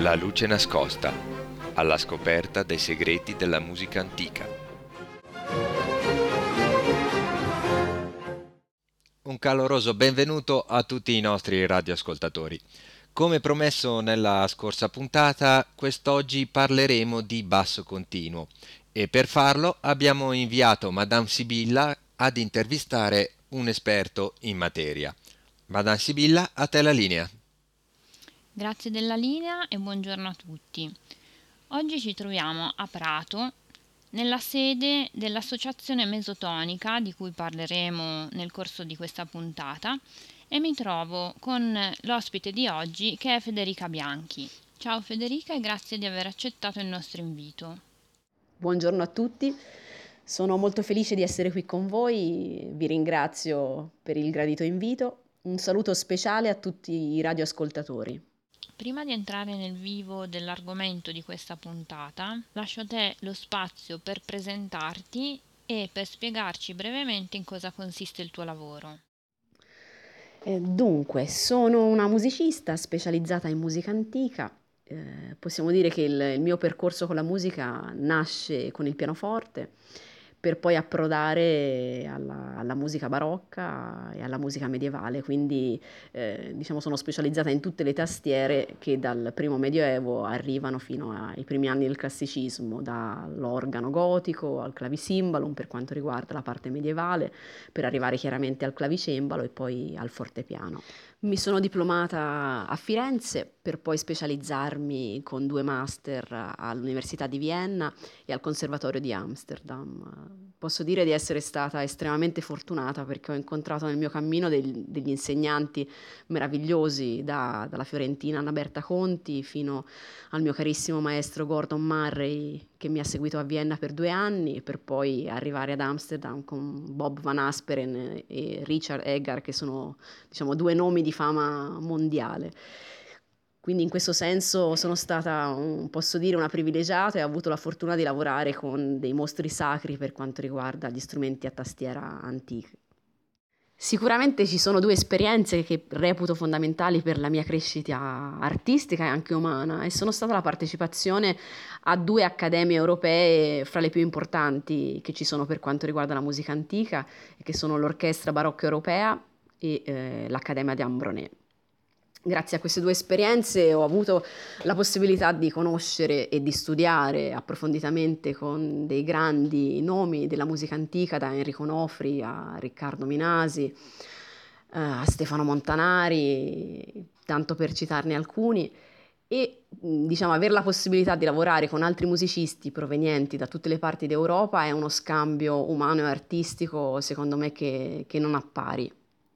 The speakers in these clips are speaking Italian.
La luce nascosta, alla scoperta dei segreti della musica antica. Un caloroso benvenuto a tutti i nostri radioascoltatori. Come promesso nella scorsa puntata, quest'oggi parleremo di basso continuo e per farlo abbiamo inviato Madame Sibilla ad intervistare un esperto in materia. Madame Sibilla, a te la linea. Grazie della linea e buongiorno a tutti. Oggi ci troviamo a Prato, nella sede dell'Associazione Mesotonica di cui parleremo nel corso di questa puntata, e mi trovo con l'ospite di oggi che è Federica Bianchi. Ciao Federica e grazie di aver accettato il nostro invito. Buongiorno a tutti, sono molto felice di essere qui con voi, vi ringrazio per il gradito invito. Un saluto speciale a tutti i radioascoltatori. Prima di entrare nel vivo dell'argomento di questa puntata, lascio a te lo spazio per presentarti e per spiegarci brevemente in cosa consiste il tuo lavoro. Dunque, sono una musicista specializzata in musica antica. Possiamo dire che il mio percorso con la musica nasce con il pianoforte per poi approdare alla musica barocca e alla musica medievale, quindi diciamo sono specializzata in tutte le tastiere che dal primo medioevo arrivano fino ai primi anni del classicismo, dall'organo gotico al clavisimbalum per quanto riguarda la parte medievale, per arrivare chiaramente al clavicembalo e poi al fortepiano. Mi sono diplomata a Firenze per poi specializzarmi con 2 master all'Università di Vienna e al Conservatorio di Amsterdam. Posso dire di essere stata estremamente fortunata perché ho incontrato nel mio cammino degli insegnanti meravigliosi, dalla fiorentina Anna Berta Conti fino al mio carissimo maestro Gordon Murray, che mi ha seguito a Vienna per 2 anni, per poi arrivare ad Amsterdam con Bob Van Asperen e Richard Eggar, che sono, diciamo, 2 nomi di fama mondiale. Quindi in questo senso sono stata, posso dire, una privilegiata e ho avuto la fortuna di lavorare con dei mostri sacri per quanto riguarda gli strumenti a tastiera antichi. Sicuramente ci sono 2 esperienze che reputo fondamentali per la mia crescita artistica e anche umana e sono stata la partecipazione a 2 accademie europee fra le più importanti che ci sono per quanto riguarda la musica antica, che sono l'Orchestra Barocca Europea e l'Accademia di Ambronay. Grazie a queste 2 esperienze ho avuto la possibilità di conoscere e di studiare approfonditamente con dei grandi nomi della musica antica, da Enrico Nofri a Riccardo Minasi, a Stefano Montanari, tanto per citarne alcuni, e diciamo aver la possibilità di lavorare con altri musicisti provenienti da tutte le parti d'Europa è uno scambio umano e artistico, secondo me, che non ha pari.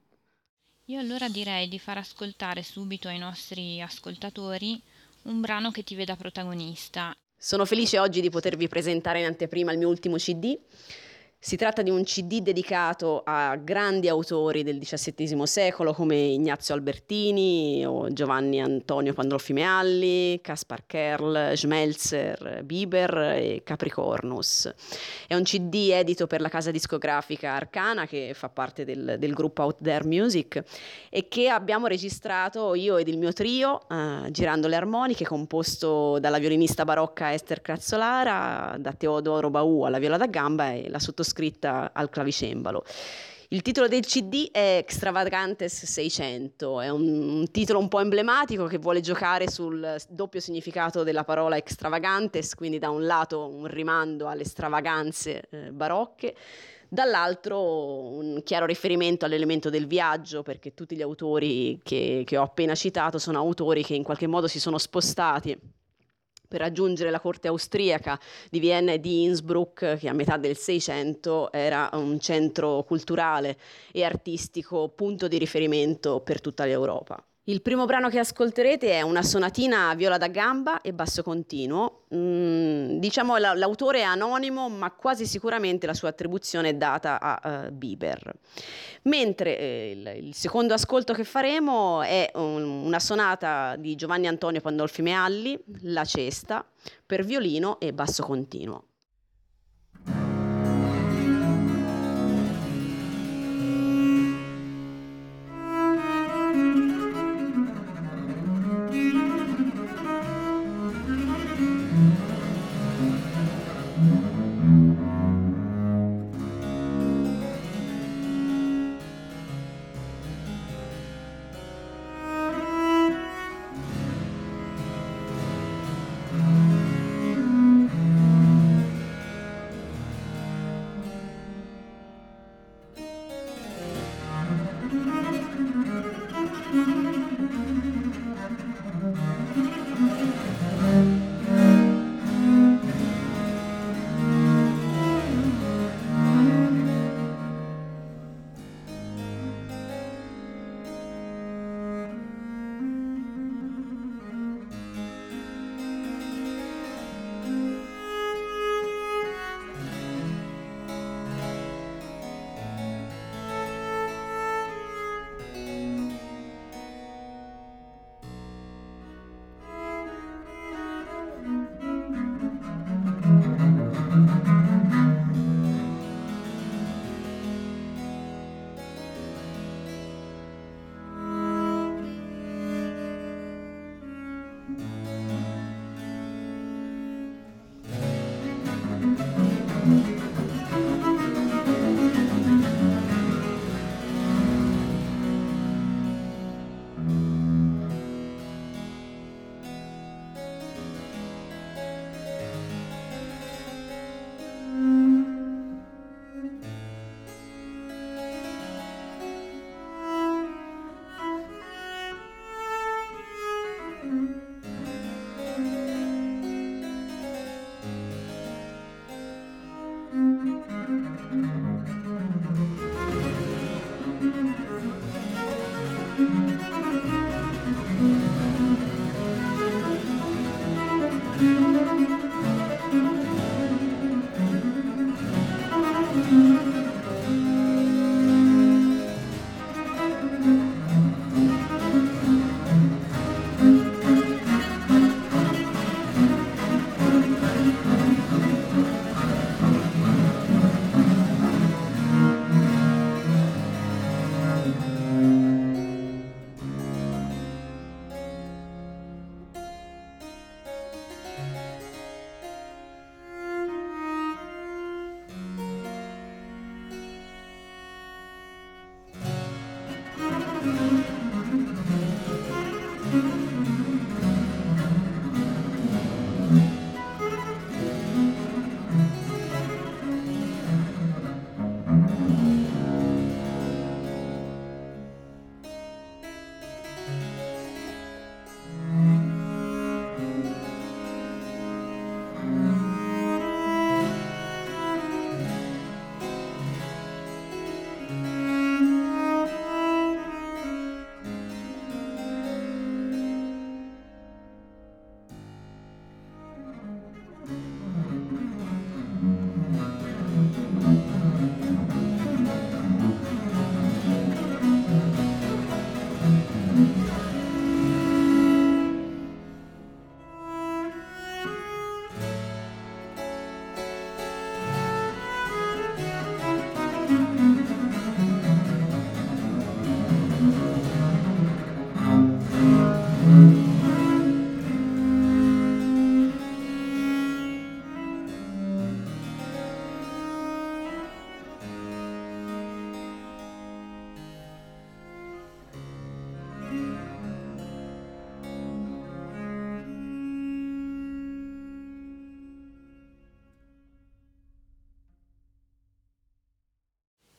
Io allora direi di far ascoltare subito ai nostri ascoltatori un brano che ti veda protagonista. Sono felice oggi di potervi presentare in anteprima il mio ultimo CD. Si tratta di un CD dedicato a grandi autori del XVII secolo come Ignazio Albertini o Giovanni Antonio Pandolfi Mealli, Caspar Kerl, Schmelzer, Bieber e Capricornus. È un CD edito per la casa discografica Arcana, che fa parte del gruppo Out There Music, e che abbiamo registrato io ed il mio trio girando le armoniche, composto dalla violinista barocca Esther Crazzolara, da Teodoro Bau alla viola da gamba e la sottoscritta al clavicembalo. Il titolo del CD è Extravagantes 600, è un titolo un po' emblematico che vuole giocare sul doppio significato della parola extravagantes, quindi da un lato un rimando alle stravaganze barocche, dall'altro un chiaro riferimento all'elemento del viaggio, perché tutti gli autori che ho appena citato sono autori che in qualche modo si sono spostati per raggiungere la corte austriaca di Vienna e di Innsbruck, che a metà del Seicento era un centro culturale e artistico, punto di riferimento per tutta l'Europa. Il primo brano che ascolterete è una sonatina a viola da gamba e basso continuo. Diciamo l'autore è anonimo, ma quasi sicuramente la sua attribuzione è data a Bieber. Mentre il secondo ascolto che faremo è una sonata di Giovanni Antonio Pandolfi Mealli, La Cesta, per violino e basso continuo.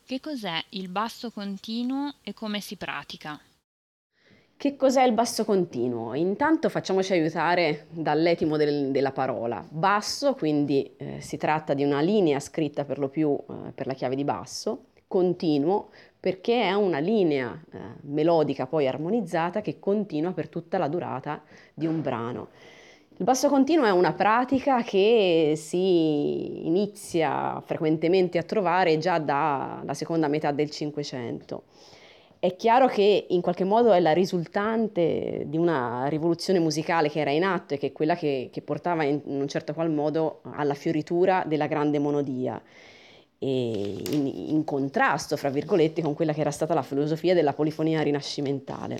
Che cos'è il basso continuo e come si pratica? Che cos'è il basso continuo? Intanto facciamoci aiutare dall'etimo della parola. Basso, quindi si tratta di una linea scritta per lo più per la chiave di basso, continuo perché è una linea melodica poi armonizzata che continua per tutta la durata di un brano. Il basso continuo è una pratica che si inizia frequentemente a trovare già dalla seconda metà del Cinquecento. È chiaro che in qualche modo è la risultante di una rivoluzione musicale che era in atto e che è quella che portava in un certo qual modo alla fioritura della grande monodia e in contrasto, fra virgolette, con quella che era stata la filosofia della polifonia rinascimentale.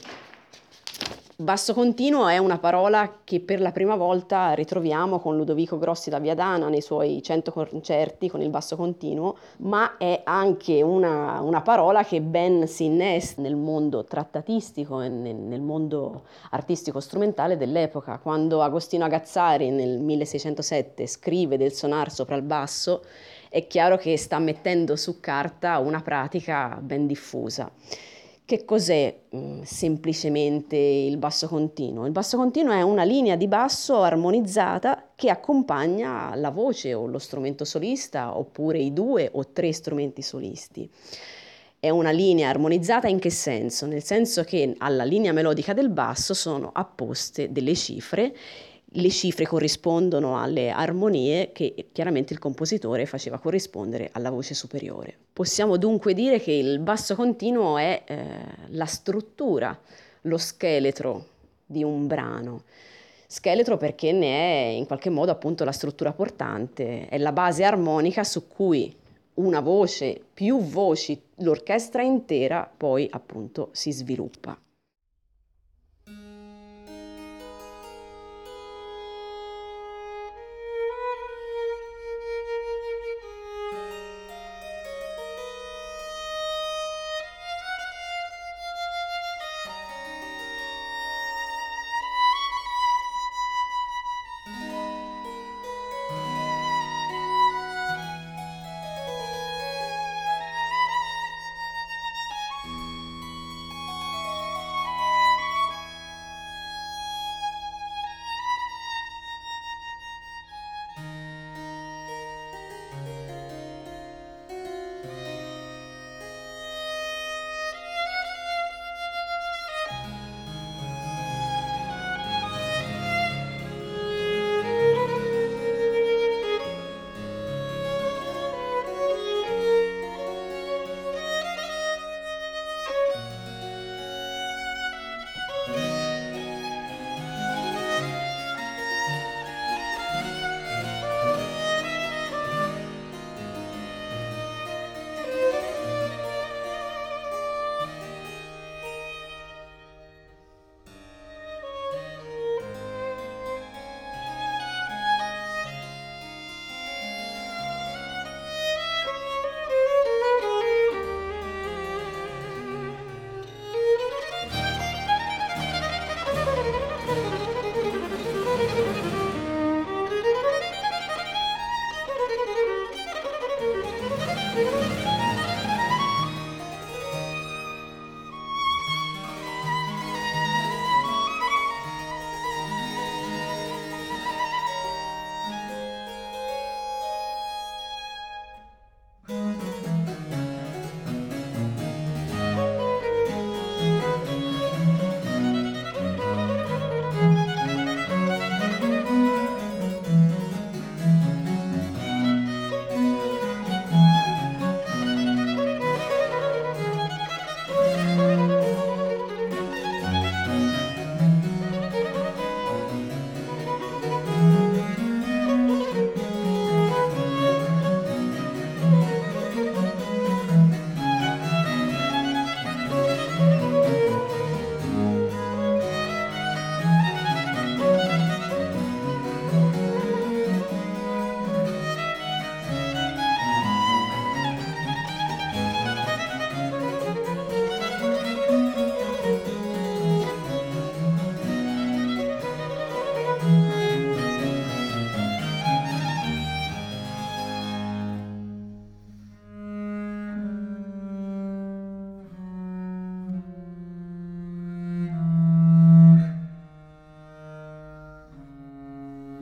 Basso continuo è una parola che per la prima volta ritroviamo con Ludovico Grossi da Viadana nei suoi 100 concerti con il basso continuo, ma è anche una parola che ben si innesta nel mondo trattatistico e nel mondo artistico strumentale dell'epoca. Quando Agostino Agazzari nel 1607 scrive del sonar sopra il basso, è chiaro che sta mettendo su carta una pratica ben diffusa. Che cos'è semplicemente il basso continuo? Il basso continuo è una linea di basso armonizzata che accompagna la voce o lo strumento solista oppure i 2 o 3 strumenti solisti. È una linea armonizzata in che senso? Nel senso che alla linea melodica del basso sono apposte delle cifre. Le cifre corrispondono alle armonie che chiaramente il compositore faceva corrispondere alla voce superiore. Possiamo dunque dire che il basso continuo è la struttura, lo scheletro di un brano. Scheletro perché ne è in qualche modo appunto la struttura portante, è la base armonica su cui una voce, più voci, l'orchestra intera poi appunto si sviluppa.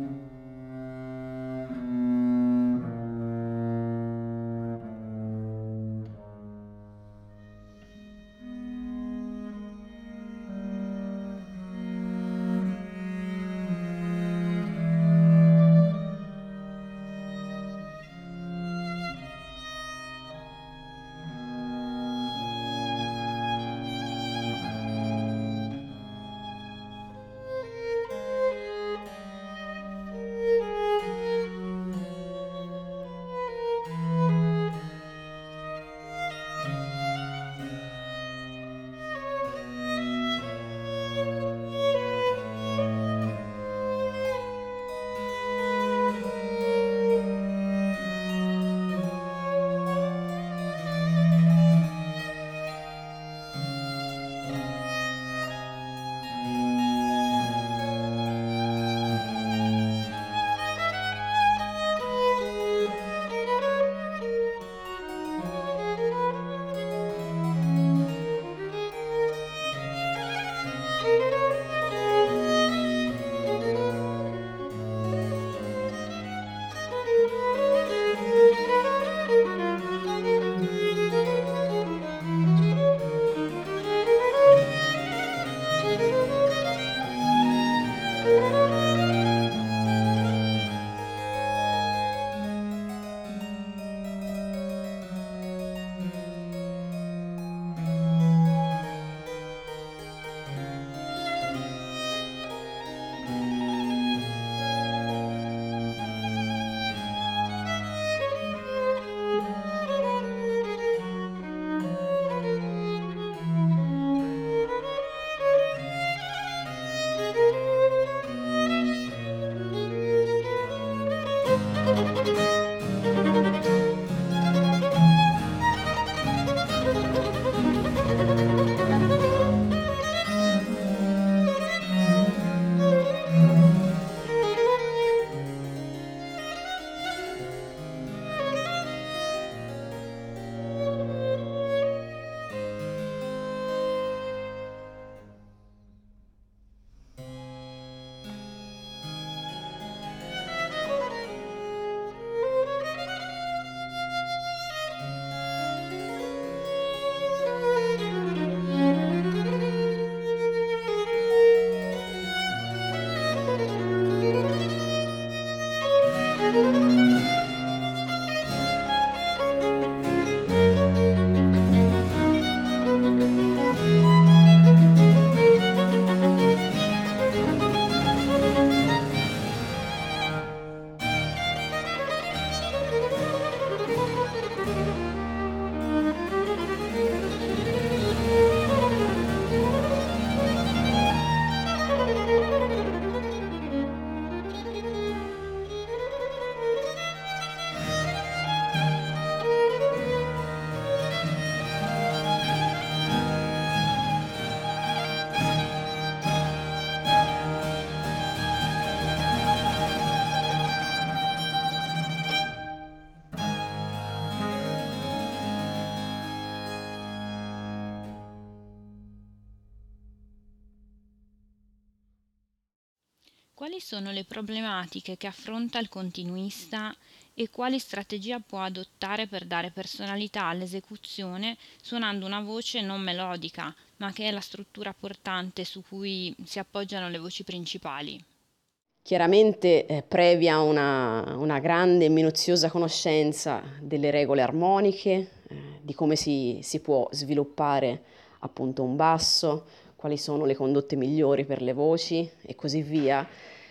Quali sono le problematiche che affronta il continuista e quali strategia può adottare per dare personalità all'esecuzione suonando una voce non melodica, ma che è la struttura portante su cui si appoggiano le voci principali? Chiaramente, previa una grande e minuziosa conoscenza delle regole armoniche, di come si può sviluppare appunto un basso, quali sono le condotte migliori per le voci e così via.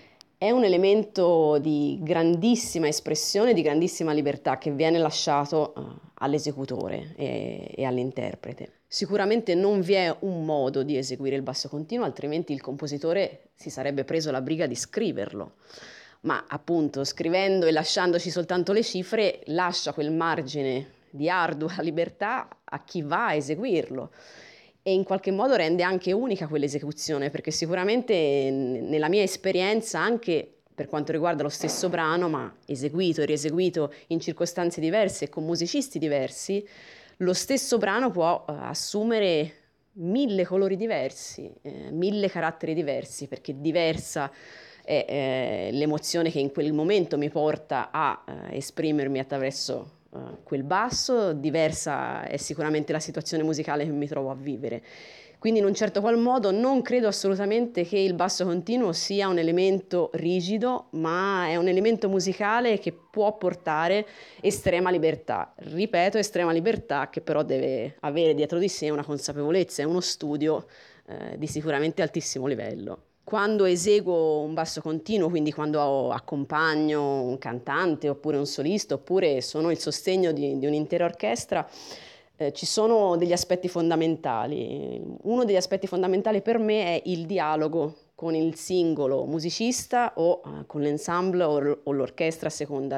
È un elemento di grandissima espressione, di grandissima libertà che viene lasciato all'esecutore e all'interprete. Sicuramente non vi è un modo di eseguire il basso continuo, altrimenti il compositore si sarebbe preso la briga di scriverlo. Ma appunto scrivendo e lasciandoci soltanto le cifre lascia quel margine di ardua libertà a chi va a eseguirlo e in qualche modo rende anche unica quell'esecuzione, perché sicuramente nella mia esperienza, anche per quanto riguarda lo stesso brano, ma eseguito e rieseguito in circostanze diverse e con musicisti diversi, lo stesso brano può assumere 1000 colori diversi, 1000 caratteri diversi, perché diversa è l'emozione che in quel momento mi porta a esprimermi attraverso quel basso, diversa è sicuramente la situazione musicale che mi trovo a vivere. Quindi in un certo qual modo non credo assolutamente che il basso continuo sia un elemento rigido, ma è un elemento musicale che può portare estrema libertà. Ripeto, estrema libertà che però deve avere dietro di sé una consapevolezza e uno studio di sicuramente altissimo livello. Quando eseguo un basso continuo, quindi quando accompagno un cantante oppure un solista oppure sono il sostegno di un'intera orchestra, ci sono degli aspetti fondamentali. Uno degli aspetti fondamentali per me è il dialogo con il singolo musicista o con l'ensemble o l'orchestra a seconda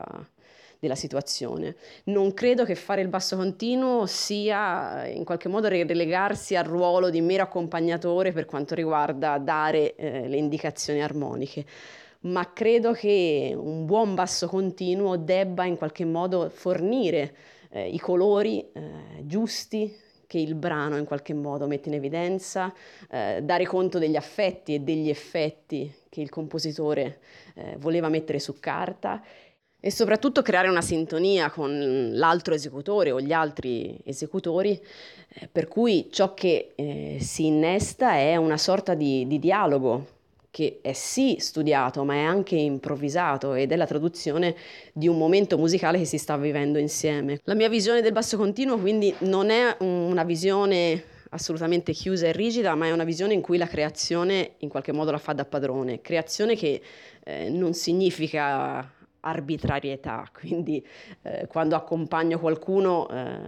della situazione. Non credo che fare il basso continuo sia in qualche modo relegarsi al ruolo di mero accompagnatore per quanto riguarda dare le indicazioni armoniche, ma credo che un buon basso continuo debba in qualche modo fornire i colori giusti che il brano in qualche modo mette in evidenza, dare conto degli affetti e degli effetti che il compositore voleva mettere su carta e soprattutto creare una sintonia con l'altro esecutore o gli altri esecutori, per cui ciò che si innesta è una sorta di dialogo che è sì studiato, ma è anche improvvisato ed è la traduzione di un momento musicale che si sta vivendo insieme. La mia visione del basso continuo quindi non è una visione assolutamente chiusa e rigida, ma è una visione in cui la creazione in qualche modo la fa da padrone. Creazione che non significa arbitrarietà, quindi quando accompagno qualcuno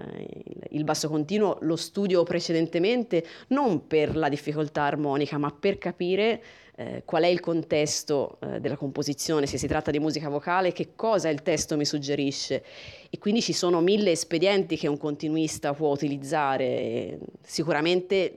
il basso continuo lo studio precedentemente non per la difficoltà armonica, ma per capire qual è il contesto della composizione, se si tratta di musica vocale, che cosa il testo mi suggerisce. E quindi ci sono 1000 espedienti che un continuista può utilizzare. Sicuramente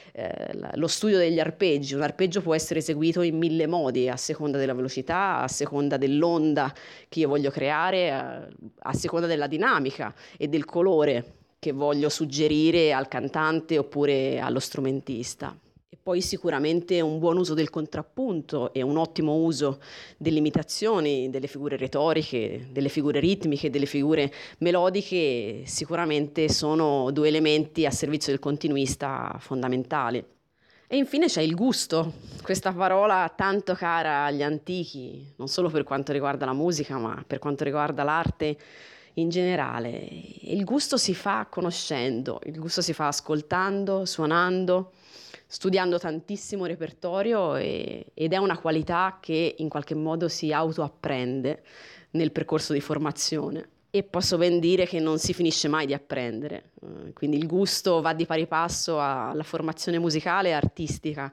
lo studio degli arpeggi, un arpeggio può essere eseguito in 1000 modi, a seconda della velocità, a seconda dell'onda che io voglio creare, a seconda della dinamica e del colore che voglio suggerire al cantante oppure allo strumentista. E poi sicuramente un buon uso del contrappunto e un ottimo uso delle imitazioni, delle figure retoriche, delle figure ritmiche, delle figure melodiche sicuramente sono 2 elementi a servizio del continuista fondamentali. E infine c'è il gusto, questa parola tanto cara agli antichi, non solo per quanto riguarda la musica, ma per quanto riguarda l'arte in generale. Il gusto si fa conoscendo, il gusto si fa ascoltando, suonando, studiando tantissimo repertorio ed è una qualità che in qualche modo si autoapprende nel percorso di formazione. E posso ben dire che non si finisce mai di apprendere, quindi il gusto va di pari passo alla formazione musicale e artistica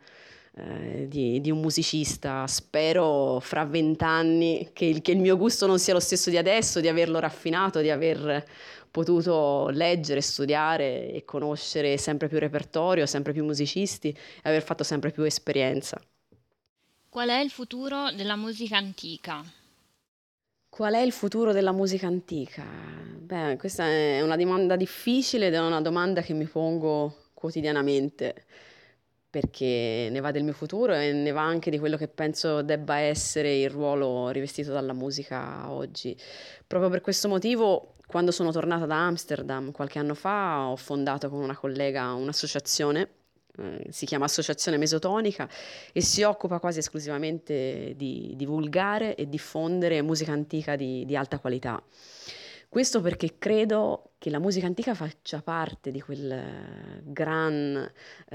di un musicista. Spero fra 20 anni che il mio gusto non sia lo stesso di adesso, di averlo raffinato, di aver potuto leggere, studiare e conoscere sempre più repertorio, sempre più musicisti e aver fatto sempre più esperienza. Qual è il futuro della musica antica? Qual è il futuro della musica antica? Beh, questa è una domanda difficile ed è una domanda che mi pongo quotidianamente, perché ne va del mio futuro e ne va anche di quello che penso debba essere il ruolo rivestito dalla musica oggi. Proprio per questo motivo, quando sono tornata da Amsterdam qualche anno fa, ho fondato con una collega un'associazione, si chiama Associazione Mesotonica e si occupa quasi esclusivamente di divulgare e diffondere musica antica di alta qualità. Questo perché credo che la musica antica faccia parte di quel gran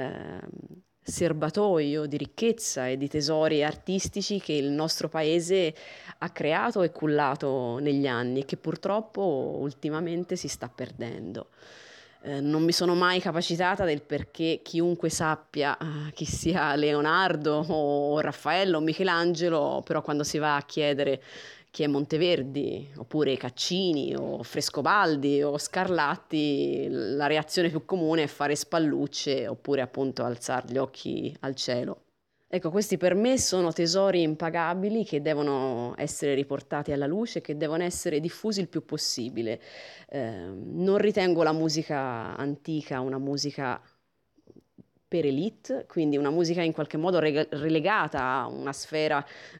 serbatoio di ricchezza e di tesori artistici che il nostro paese ha creato e cullato negli anni e che purtroppo ultimamente si sta perdendo. Non mi sono mai capacitata del perché chiunque sappia chi sia Leonardo o Raffaello o Michelangelo, però quando si va a chiedere chi è Monteverdi, oppure Caccini, o Frescobaldi, o Scarlatti, la reazione più comune è fare spallucce, oppure appunto alzare gli occhi al cielo. Ecco, questi per me sono tesori impagabili che devono essere riportati alla luce, che devono essere diffusi il più possibile. Non ritengo la musica antica una musica per elite, quindi una musica in qualche modo relegata a una sfera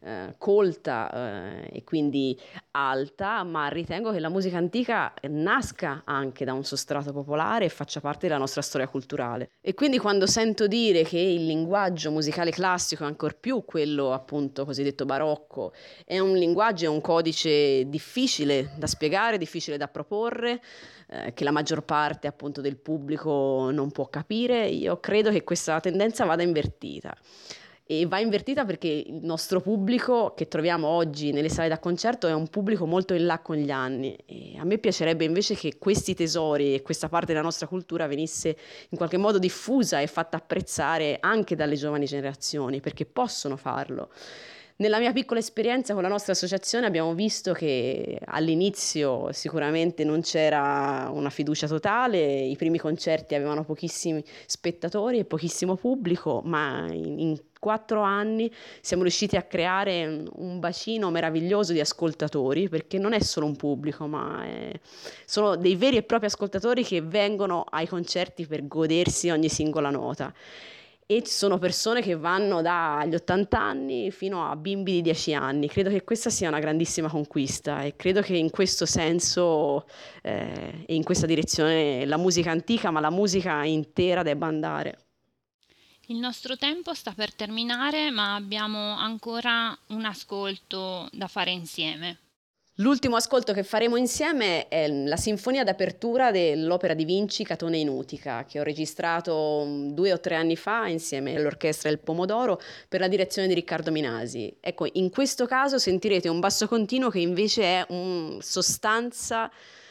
colta e quindi alta, ma ritengo che la musica antica nasca anche da un sostrato popolare e faccia parte della nostra storia culturale. E quindi quando sento dire che il linguaggio musicale classico, ancor più quello appunto cosiddetto barocco, è un linguaggio e un codice difficile da spiegare, difficile da proporre, che la maggior parte appunto del pubblico non può capire, io credo che questa tendenza vada invertita. E va invertita perché il nostro pubblico che troviamo oggi nelle sale da concerto è un pubblico molto in là con gli anni, e a me piacerebbe invece che questi tesori e questa parte della nostra cultura venisse in qualche modo diffusa e fatta apprezzare anche dalle giovani generazioni, perché possono farlo. Nella mia piccola esperienza con la nostra associazione abbiamo visto che all'inizio sicuramente non c'era una fiducia totale, i primi concerti avevano pochissimi spettatori e pochissimo pubblico, ma in 4 anni siamo riusciti a creare un bacino meraviglioso di ascoltatori, perché non è solo un pubblico, ma sono dei veri e propri ascoltatori che vengono ai concerti per godersi ogni singola nota. E ci sono persone che vanno dagli 80 anni fino a bimbi di 10 anni. Credo che questa sia una grandissima conquista e credo che in questo senso e in questa direzione la musica antica, ma la musica intera debba andare. Il nostro tempo sta per terminare, ma abbiamo ancora un ascolto da fare insieme. L'ultimo ascolto che faremo insieme è la sinfonia d'apertura dell'opera di Vinci Catone in Utica, che ho registrato 2 o 3 anni fa insieme all'Orchestra del Pomodoro per la direzione di Riccardo Minasi. Ecco, in questo caso sentirete un basso continuo che invece è sostanza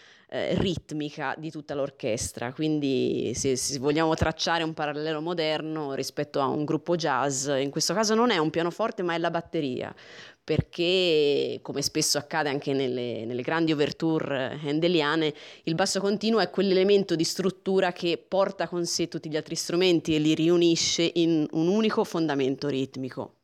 ritmica di tutta l'orchestra, quindi se vogliamo tracciare un parallelo moderno rispetto a un gruppo jazz, in questo caso non è un pianoforte ma è la batteria, perché come spesso accade anche nelle grandi ouverture handeliane, il basso continuo è quell'elemento di struttura che porta con sé tutti gli altri strumenti e li riunisce in un unico fondamento ritmico.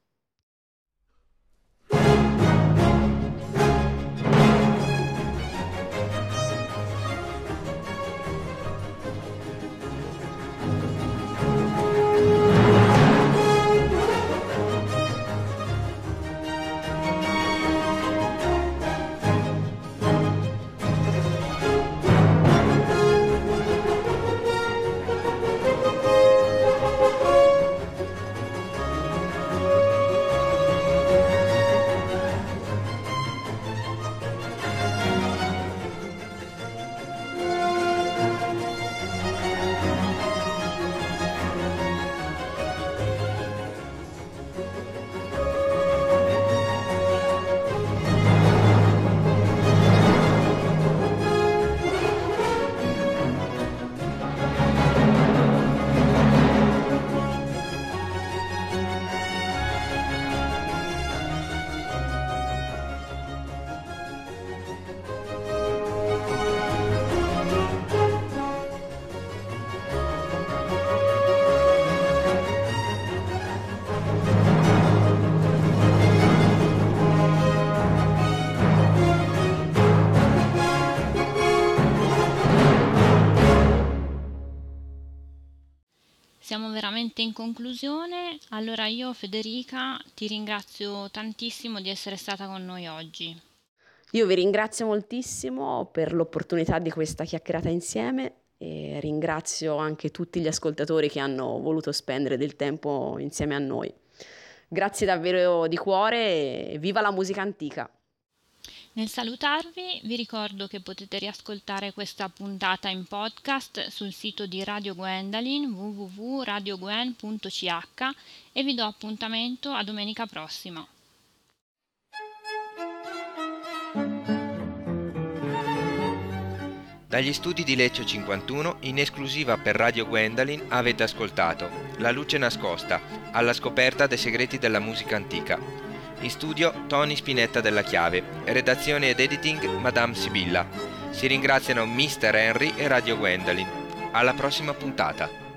Siamo veramente in conclusione, allora io Federica ti ringrazio tantissimo di essere stata con noi oggi. Io vi ringrazio moltissimo per l'opportunità di questa chiacchierata insieme e ringrazio anche tutti gli ascoltatori che hanno voluto spendere del tempo insieme a noi. Grazie davvero di cuore e viva la musica antica! Nel salutarvi vi ricordo che potete riascoltare questa puntata in podcast sul sito di Radio Gwendalin www.radiogwen.ch e vi do appuntamento a domenica prossima. Dagli studi di Lecce 51, in esclusiva per Radio Gwendalin, avete ascoltato La luce nascosta, alla scoperta dei segreti della musica antica. In studio Tony Spinetta della Chiave, redazione ed editing Madame Sibilla. Si ringraziano Mr. Henry e Radio Gwendalin. Alla prossima puntata.